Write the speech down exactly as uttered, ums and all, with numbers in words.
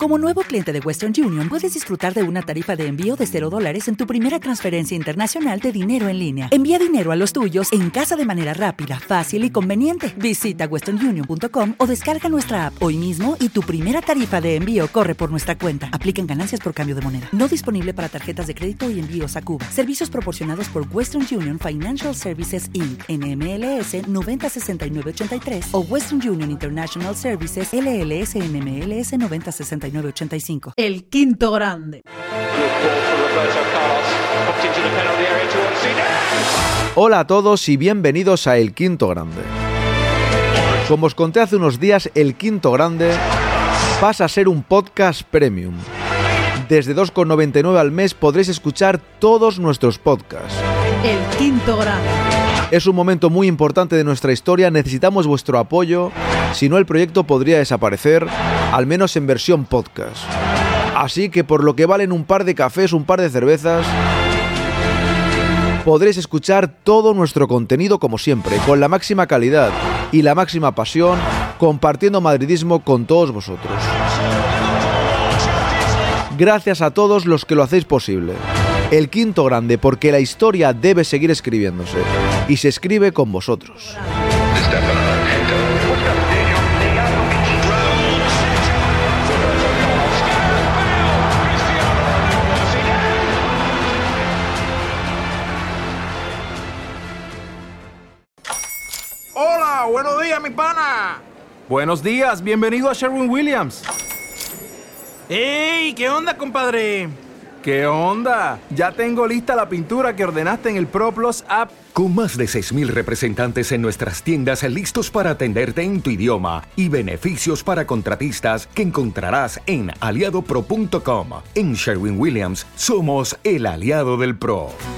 Como nuevo cliente de Western Union, puedes disfrutar de una tarifa de envío de cero dólares en tu primera transferencia internacional de dinero en línea. Envía dinero a los tuyos en casa de manera rápida, fácil y conveniente. Visita western union punto com o descarga nuestra app hoy mismo y tu primera tarifa de envío corre por nuestra cuenta. Aplican ganancias por cambio de moneda. No disponible para tarjetas de crédito y envíos a Cuba. Servicios proporcionados por Western Union Financial Services incorporated. N M L S noventa sesenta y nueve ochenta y tres o Western Union International Services L L S N M L S noventa sesenta y nueve ochenta y cinco. El quinto grande. Hola a todos y bienvenidos a El Quinto Grande. Como os conté hace unos días, El Quinto Grande pasa a ser un podcast premium. Desde dos con noventa y nueve al mes podréis escuchar todos nuestros podcasts. El Quinto Grande. Es un momento muy importante de nuestra historia, necesitamos vuestro apoyo, si no el proyecto podría desaparecer, al menos en versión podcast. Así que por lo que valen un par de cafés, un par de cervezas, podréis escuchar todo nuestro contenido como siempre, con la máxima calidad y la máxima pasión, compartiendo madridismo con todos vosotros. Gracias a todos los que lo hacéis posible. El Quinto Grande, porque la historia debe seguir escribiéndose, y se escribe con vosotros. Hola, buenos días, mi pana. Buenos días, bienvenido a Sherwin-Williams. ¡Ey! ¿Qué onda, compadre? ¿Qué onda? Ya tengo lista la pintura que ordenaste en el ProPlus app. Con más de seis mil representantes en nuestras tiendas listos para atenderte en tu idioma y beneficios para contratistas que encontrarás en aliado pro punto com. En Sherwin-Williams somos el aliado del pro.